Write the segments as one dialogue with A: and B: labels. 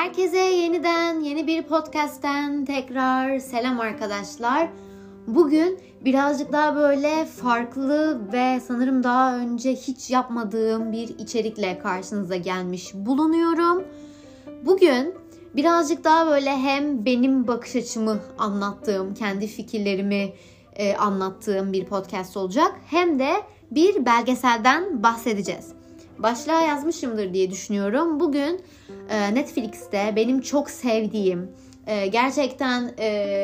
A: Herkese yeniden yeni bir podcast'ten tekrar selam arkadaşlar. Bugün birazcık daha böyle farklı ve sanırım daha önce hiç yapmadığım bir içerikle karşınıza gelmiş bulunuyorum. Bugün birazcık daha böyle hem benim bakış açımı anlattığım, kendi fikirlerimi anlattığım bir podcast olacak. Hem de bir belgeselden bahsedeceğiz. Başlığa yazmışımdır diye düşünüyorum. Bugün Netflix'te benim çok sevdiğim, gerçekten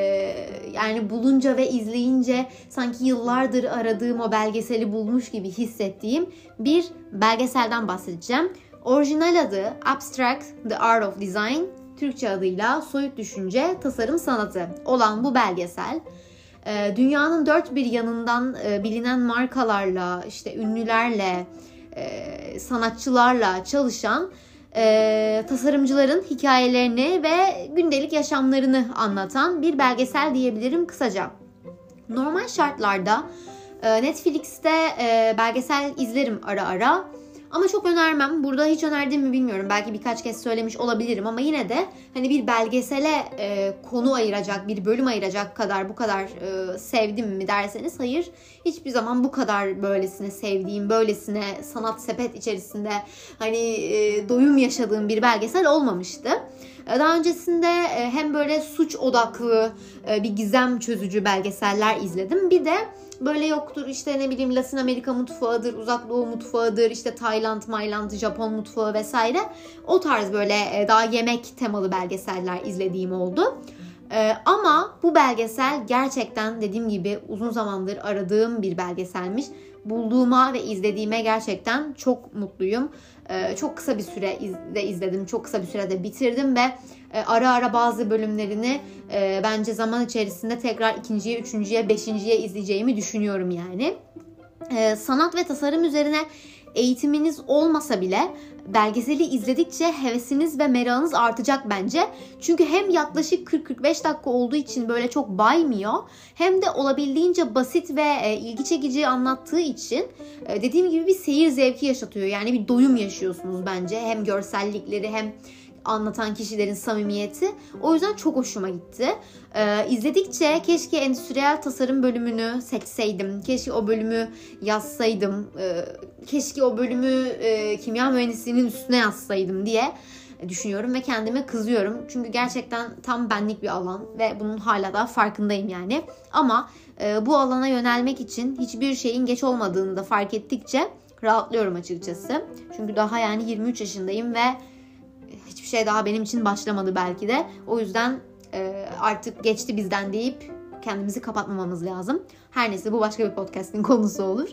A: yani bulunca ve izleyince sanki yıllardır aradığım o belgeseli bulmuş gibi hissettiğim bir belgeselden bahsedeceğim. Orijinal adı Abstract: The Art of Design, Türkçe adıyla Soyut Düşünce, Tasarım Sanatı olan bu belgesel dünyanın dört bir yanından bilinen markalarla, işte ünlülerle, sanatçılarla çalışan tasarımcıların hikayelerini ve gündelik yaşamlarını anlatan bir belgesel diyebilirim kısaca. Normal şartlarda Netflix'te belgesel izlerim ara ara. Ama çok önermem. Burada hiç önerdim mi bilmiyorum. Belki birkaç kez söylemiş olabilirim ama yine de hani bir belgesele konu ayıracak, bir bölüm ayıracak kadar bu kadar sevdim mi derseniz hayır. Hiçbir zaman bu kadar böylesine sevdiğim, böylesine sanat sepet içerisinde hani doyum yaşadığım bir belgesel olmamıştı. Daha öncesinde hem böyle suç odaklı bir gizem çözücü belgeseller izledim. Bir de böyle yoktur işte ne bileyim Latin Amerika mutfağıdır, Uzak Doğu mutfağıdır, işte Tayland, Japon mutfağı vesaire. O tarz böyle daha yemek temalı belgeseller izlediğim oldu. Ama bu belgesel gerçekten dediğim gibi uzun zamandır aradığım bir belgeselmiş. Bulduğuma ve izlediğime gerçekten çok mutluyum. Çok kısa bir sürede izledim. Çok kısa bir sürede bitirdim ve ara ara bazı bölümlerini bence zaman içerisinde tekrar ikinciye, üçüncüye, beşinciye izleyeceğimi düşünüyorum yani. Sanat ve tasarım üzerine eğitiminiz olmasa bile belgeseli izledikçe hevesiniz ve merakınız artacak bence. Çünkü hem yaklaşık 40-45 dakika olduğu için böyle çok baymıyor. Hem de olabildiğince basit ve ilgi çekici anlattığı için dediğim gibi bir seyir zevki yaşatıyor. Yani bir doyum yaşıyorsunuz bence. Hem görsellikleri hem anlatan kişilerin samimiyeti. O yüzden çok hoşuma gitti. İzledikçe keşke endüstriyel tasarım bölümünü seçseydim. Keşke o bölümü yazsaydım. Keşke o bölümü kimya mühendisliğinin üstüne yazsaydım diye düşünüyorum ve kendime kızıyorum. Çünkü gerçekten tam benlik bir alan ve bunun hala daha farkındayım yani. Ama bu alana yönelmek için hiçbir şeyin geç olmadığını da fark ettikçe rahatlıyorum açıkçası. Çünkü daha yani 23 yaşındayım ve hiçbir şey daha benim için başlamadı belki de. O yüzden artık geçti bizden deyip kendimizi kapatmamamız lazım. Her neyse bu başka bir podcast'in konusu olur.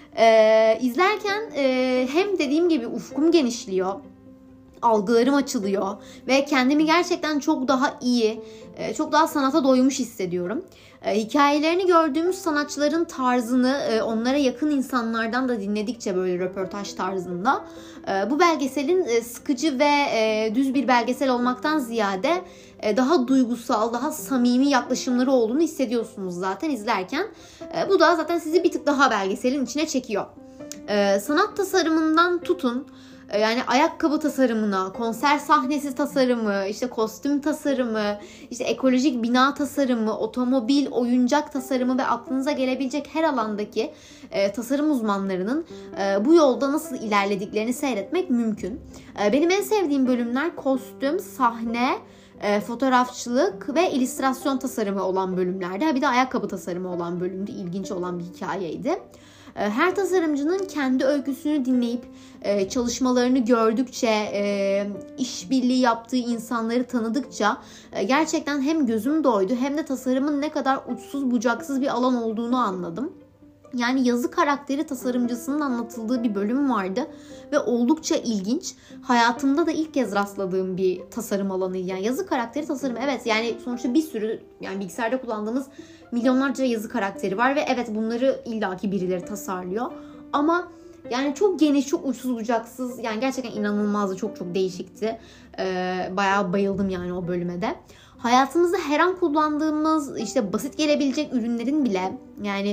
A: İzlerken hem dediğim gibi ufkum genişliyor. Algılarım açılıyor ve kendimi gerçekten çok daha iyi, çok daha sanata doymuş hissediyorum. Hikayelerini gördüğümüz sanatçıların tarzını onlara yakın insanlardan da dinledikçe böyle röportaj tarzında bu belgeselin sıkıcı ve düz bir belgesel olmaktan ziyade daha duygusal, daha samimi yaklaşımları olduğunu hissediyorsunuz zaten izlerken. Bu da zaten sizi bir tık daha belgeselin içine çekiyor. Sanat tasarımından tutun, yani ayakkabı tasarımına, konser sahnesi tasarımı, işte kostüm tasarımı, işte ekolojik bina tasarımı, otomobil, oyuncak tasarımı ve aklınıza gelebilecek her alandaki tasarım uzmanlarının bu yolda nasıl ilerlediklerini seyretmek mümkün. Benim en sevdiğim bölümler kostüm, sahne, fotoğrafçılık ve illüstrasyon tasarımı olan bölümlerdi. Bir de ayakkabı tasarımı olan bölümdü. İlginç olan bir hikayeydi. Her tasarımcının kendi öyküsünü dinleyip çalışmalarını gördükçe, işbirliği yaptığı insanları tanıdıkça gerçekten hem gözüm doydu hem de tasarımın ne kadar uçsuz bucaksız bir alan olduğunu anladım. Yani yazı karakteri tasarımcısının anlatıldığı bir bölüm vardı ve oldukça ilginç. Hayatımda da ilk kez rastladığım bir tasarım alanı. Yani yazı karakteri tasarım, evet, yani sonuçta bir sürü, yani bilgisayarda kullandığımız milyonlarca yazı karakteri var ve evet bunları illaki birileri tasarlıyor. Ama yani çok geniş, çok uçsuz bucaksız, yani gerçekten inanılmazdı, çok çok değişikti. Bayağı bayıldım yani o bölüme de. Hayatımızda her an kullandığımız işte basit gelebilecek ürünlerin bile yani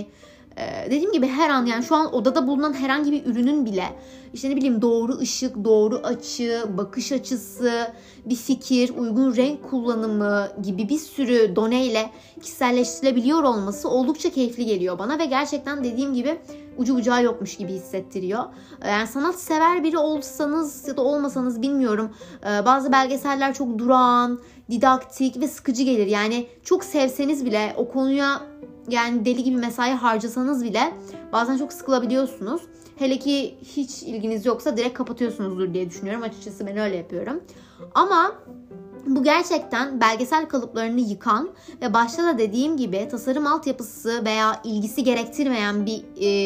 A: Dediğim gibi her an, yani şu an odada bulunan herhangi bir ürünün bile işte ne bileyim doğru ışık, doğru açı, bakış açısı, bir fikir, uygun renk kullanımı gibi bir sürü doneyle kişiselleştirilebiliyor olması oldukça keyifli geliyor bana ve gerçekten dediğim gibi ucu bucağı yokmuş gibi hissettiriyor. Yani sanat sever biri olsanız ya da olmasanız bilmiyorum. Bazı belgeseller çok durağan, didaktik ve sıkıcı gelir. Yani çok sevseniz bile o konuya yani deli gibi mesai harcasanız bile bazen çok sıkılabiliyorsunuz. Hele ki hiç ilginiz yoksa direkt kapatıyorsunuzdur diye düşünüyorum. Açıkçası ben öyle yapıyorum. Ama bu gerçekten belgesel kalıplarını yıkan ve başta da dediğim gibi tasarım altyapısı veya ilgisi gerektirmeyen bir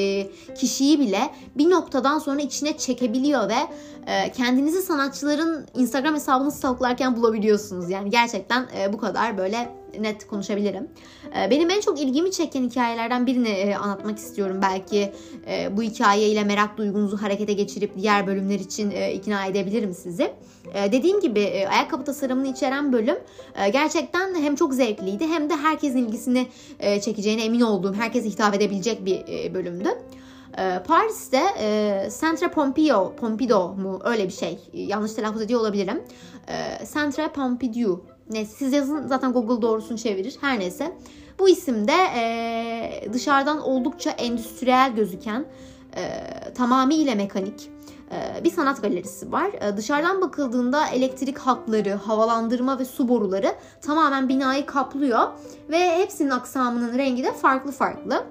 A: kişiyi bile bir noktadan sonra içine çekebiliyor ve kendinizi sanatçıların Instagram hesabını stalklarken bulabiliyorsunuz. Yani gerçekten bu kadar böyle net konuşabilirim. Benim en çok ilgimi çeken hikayelerden birini anlatmak istiyorum. Belki bu hikayeyle merak duygunuzu harekete geçirip diğer bölümler için ikna edebilirim sizi. Dediğim gibi ayakkabı tasarımını içeren bölüm gerçekten hem çok zevkliydi hem de herkesin ilgisini çekeceğine emin olduğum, herkese hitap edebilecek bir bölümdü. Paris'te Centre Pompidou mu öyle bir şey, yanlış telaffuz ediyor olabilirim. Centre Pompidou. Neyse, siz yazın zaten Google doğrusunu çevirir. Her neyse. Bu isimde dışarıdan oldukça endüstriyel gözüken, tamamıyla mekanik bir sanat galerisi var. Dışarıdan bakıldığında elektrik hatları, havalandırma ve su boruları tamamen binayı kaplıyor ve hepsinin aksamının rengi de farklı farklı.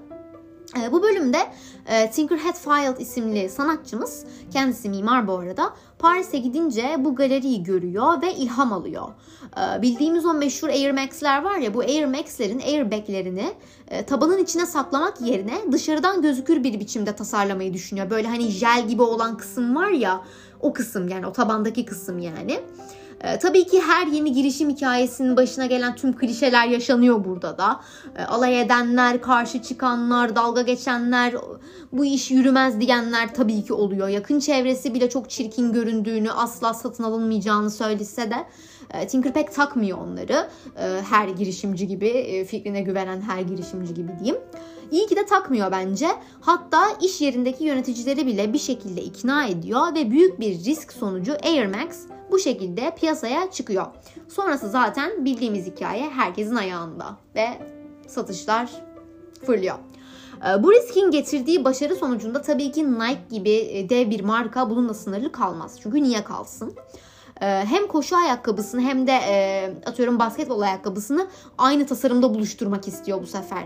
A: Bu bölümde Tinker Hatfield isimli sanatçımız, kendisi mimar bu arada, Paris'e gidince bu galeriyi görüyor ve ilham alıyor. Bildiğimiz o meşhur Air Max'ler var ya, bu Air Max'lerin airbag'lerini tabanın içine saklamak yerine dışarıdan gözükür bir biçimde tasarlamayı düşünüyor. Böyle hani jel gibi olan kısım var ya, o kısım, yani o tabandaki kısım yani. Tabii ki her yeni girişim hikayesinin başına gelen tüm klişeler yaşanıyor burada da. Alay edenler, karşı çıkanlar, dalga geçenler, bu iş yürümez diyenler tabii ki oluyor. Yakın çevresi bile çok çirkin göründüğünü, asla satın alınmayacağını söylese de Tinker pek takmıyor onları. Her girişimci gibi, fikrine güvenen her girişimci gibi diyeyim. İyi ki de takmıyor bence. Hatta iş yerindeki yöneticileri bile bir şekilde ikna ediyor ve büyük bir risk sonucu Air Max bu şekilde piyasaya çıkıyor. Sonrası zaten bildiğimiz hikaye, herkesin ayağında ve satışlar fırlıyor. Bu riskin getirdiği başarı sonucunda tabii ki Nike gibi dev bir marka bununla sınırlı kalmaz. Çünkü niye kalsın? Hem koşu ayakkabısını hem de atıyorum basketbol ayakkabısını aynı tasarımda buluşturmak istiyor bu sefer.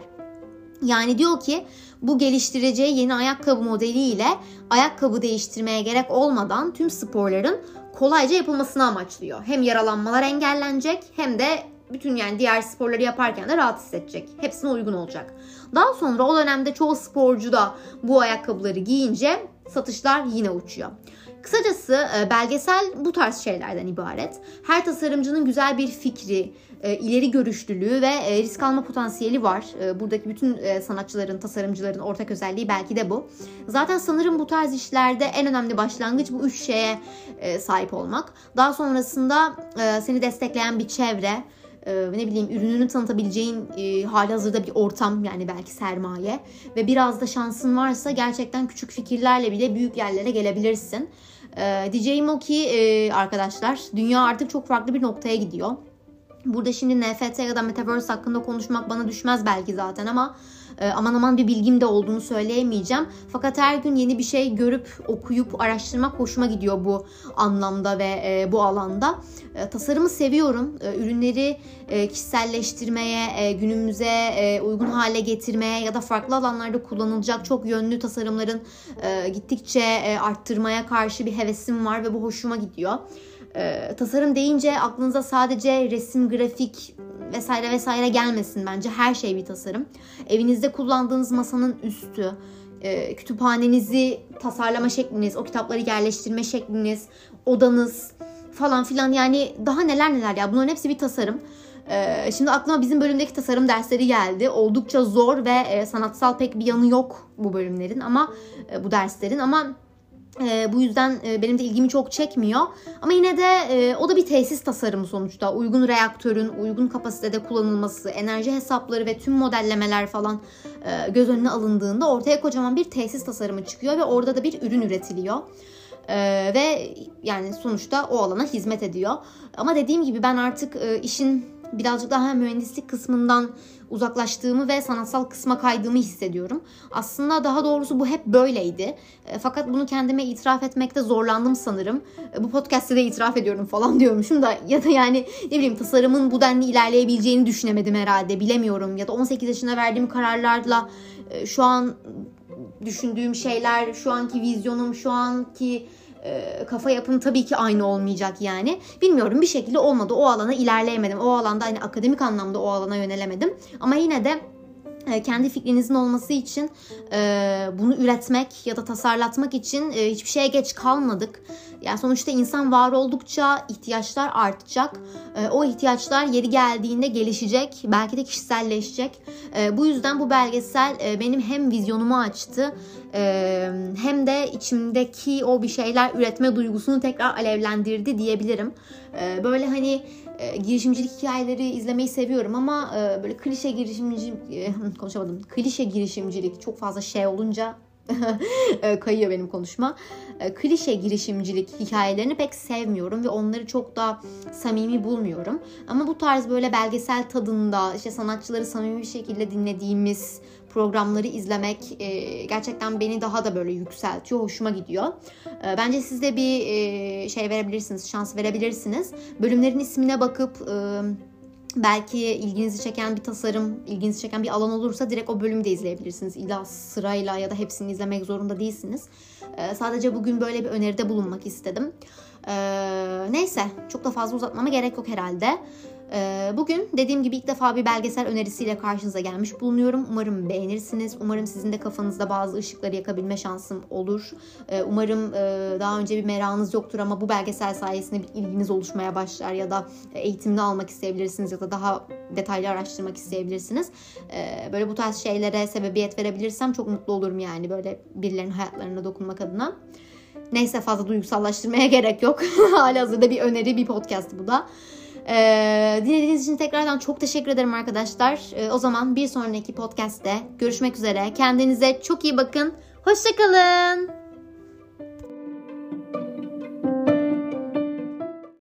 A: Yani diyor ki bu geliştireceği yeni ayakkabı modeliyle ayakkabı değiştirmeye gerek olmadan tüm sporların kolayca yapılmasını amaçlıyor. Hem yaralanmalar engellenecek hem de bütün yani diğer sporları yaparken de rahat hissedecek. Hepsine uygun olacak. Daha sonra o dönemde çoğu sporcu da bu ayakkabıları giyince satışlar yine uçuyor. Kısacası belgesel bu tarz şeylerden ibaret. Her tasarımcının güzel bir fikri, ileri görüşlülüğü ve risk alma potansiyeli var. Buradaki bütün sanatçıların, tasarımcıların ortak özelliği belki de bu. Zaten sanırım bu tarz işlerde en önemli başlangıç bu 3 şeye sahip olmak. Daha sonrasında seni destekleyen bir çevre, ne bileyim ürününü tanıtabileceğin halihazırda bir ortam, yani belki sermaye ve biraz da şansın varsa gerçekten küçük fikirlerle bile büyük yerlere gelebilirsin. Diyeceğim o ki arkadaşlar, dünya artık çok farklı bir noktaya gidiyor. Burada şimdi NFT ya da Metaverse hakkında konuşmak bana düşmez belki zaten ama aman aman bir bilgim de olduğunu söyleyemeyeceğim. Fakat her gün yeni bir şey görüp, okuyup, araştırmak hoşuma gidiyor bu anlamda ve bu alanda. Tasarımı seviyorum. Ürünleri kişiselleştirmeye, günümüze uygun hale getirmeye ya da farklı alanlarda kullanılacak çok yönlü tasarımların gittikçe arttırmaya karşı bir hevesim var ve bu hoşuma gidiyor. Tasarım deyince aklınıza sadece resim, grafik vesaire vesaire gelmesin bence. Her şey bir tasarım. Evinizde kullandığınız masanın üstü, kütüphanenizi tasarlama şekliniz, o kitapları yerleştirme şekliniz, odanız falan filan, yani daha neler neler ya, bunların hepsi bir tasarım. Şimdi aklıma bizim bölümdeki tasarım dersleri geldi. Oldukça zor ve sanatsal pek bir yanı yok bu bölümlerin ama bu derslerin, ama Bu yüzden benim de ilgimi çok çekmiyor. Ama yine de o da bir tesis tasarımı sonuçta. Uygun reaktörün uygun kapasitede kullanılması, enerji hesapları ve tüm modellemeler falan göz önüne alındığında ortaya kocaman bir tesis tasarımı çıkıyor ve orada da bir ürün üretiliyor. Ve yani sonuçta o alana hizmet ediyor. Ama dediğim gibi ben artık işin birazcık daha mühendislik kısmından uzaklaştığımı ve sanatsal kısma kaydığımı hissediyorum. Aslında daha doğrusu bu hep böyleydi. Fakat bunu kendime itiraf etmekte zorlandım sanırım. Bu podcast'te de itiraf ediyorum falan diyormuşum da ya da yani ne bileyim tasarımın bu denli ilerleyebileceğini düşünemedim herhalde. Bilemiyorum ya da 18 yaşında verdiğim kararlarla şu an düşündüğüm şeyler, şu anki vizyonum, şu anki kafa yapım tabii ki aynı olmayacak yani. Bilmiyorum, bir şekilde olmadı. O alana ilerleyemedim. O alanda hani akademik anlamda o alana yönelemedim. Ama yine de kendi fikrinizin olması için bunu üretmek ya da tasarlatmak için hiçbir şeye geç kalmadık. Yani sonuçta insan var oldukça ihtiyaçlar artacak. O ihtiyaçlar yeri geldiğinde gelişecek. Belki de kişiselleşecek. Bu yüzden bu belgesel benim hem vizyonumu açtı hem de içimdeki o bir şeyler üretme duygusunu tekrar alevlendirdi diyebilirim. Böyle hani girişimcilik hikayeleri izlemeyi seviyorum ama böyle klişe girişimcilik çok fazla şey olunca kayıyor benim konuşma. Klişe girişimcilik hikayelerini pek sevmiyorum ve onları çok da samimi bulmuyorum. Ama bu tarz böyle belgesel tadında işte sanatçıları samimi bir şekilde dinlediğimiz programları izlemek gerçekten beni daha da böyle yükseltiyor, hoşuma gidiyor. Bence siz de bir şey verebilirsiniz, şans verebilirsiniz. Bölümlerin ismine bakıp belki ilginizi çeken bir tasarım, ilginizi çeken bir alan olursa direkt o bölümü de izleyebilirsiniz. İlla sırayla ya da hepsini izlemek zorunda değilsiniz. Sadece bugün böyle bir öneride bulunmak istedim. Neyse, çok da fazla uzatmama gerek yok herhalde. Bugün dediğim gibi ilk defa bir belgesel önerisiyle karşınıza gelmiş bulunuyorum. Umarım beğenirsiniz. Umarım sizin de kafanızda bazı ışıkları yakabilme şansım olur. Umarım daha önce bir merakınız yoktur ama bu belgesel sayesinde bir ilginiz oluşmaya başlar ya da eğitimini almak isteyebilirsiniz ya da daha detaylı araştırmak isteyebilirsiniz. Böyle bu tarz şeylere sebebiyet verebilirsem çok mutlu olurum yani, böyle birilerinin hayatlarına dokunmak adına. Neyse, fazla duygusallaştırmaya gerek yok. Halihazırda bir öneri, bir podcast bu da. Dinlediğiniz için tekrardan çok teşekkür ederim arkadaşlar. O zaman bir sonraki podcast'te görüşmek üzere. Kendinize çok iyi bakın. Hoşça kalın.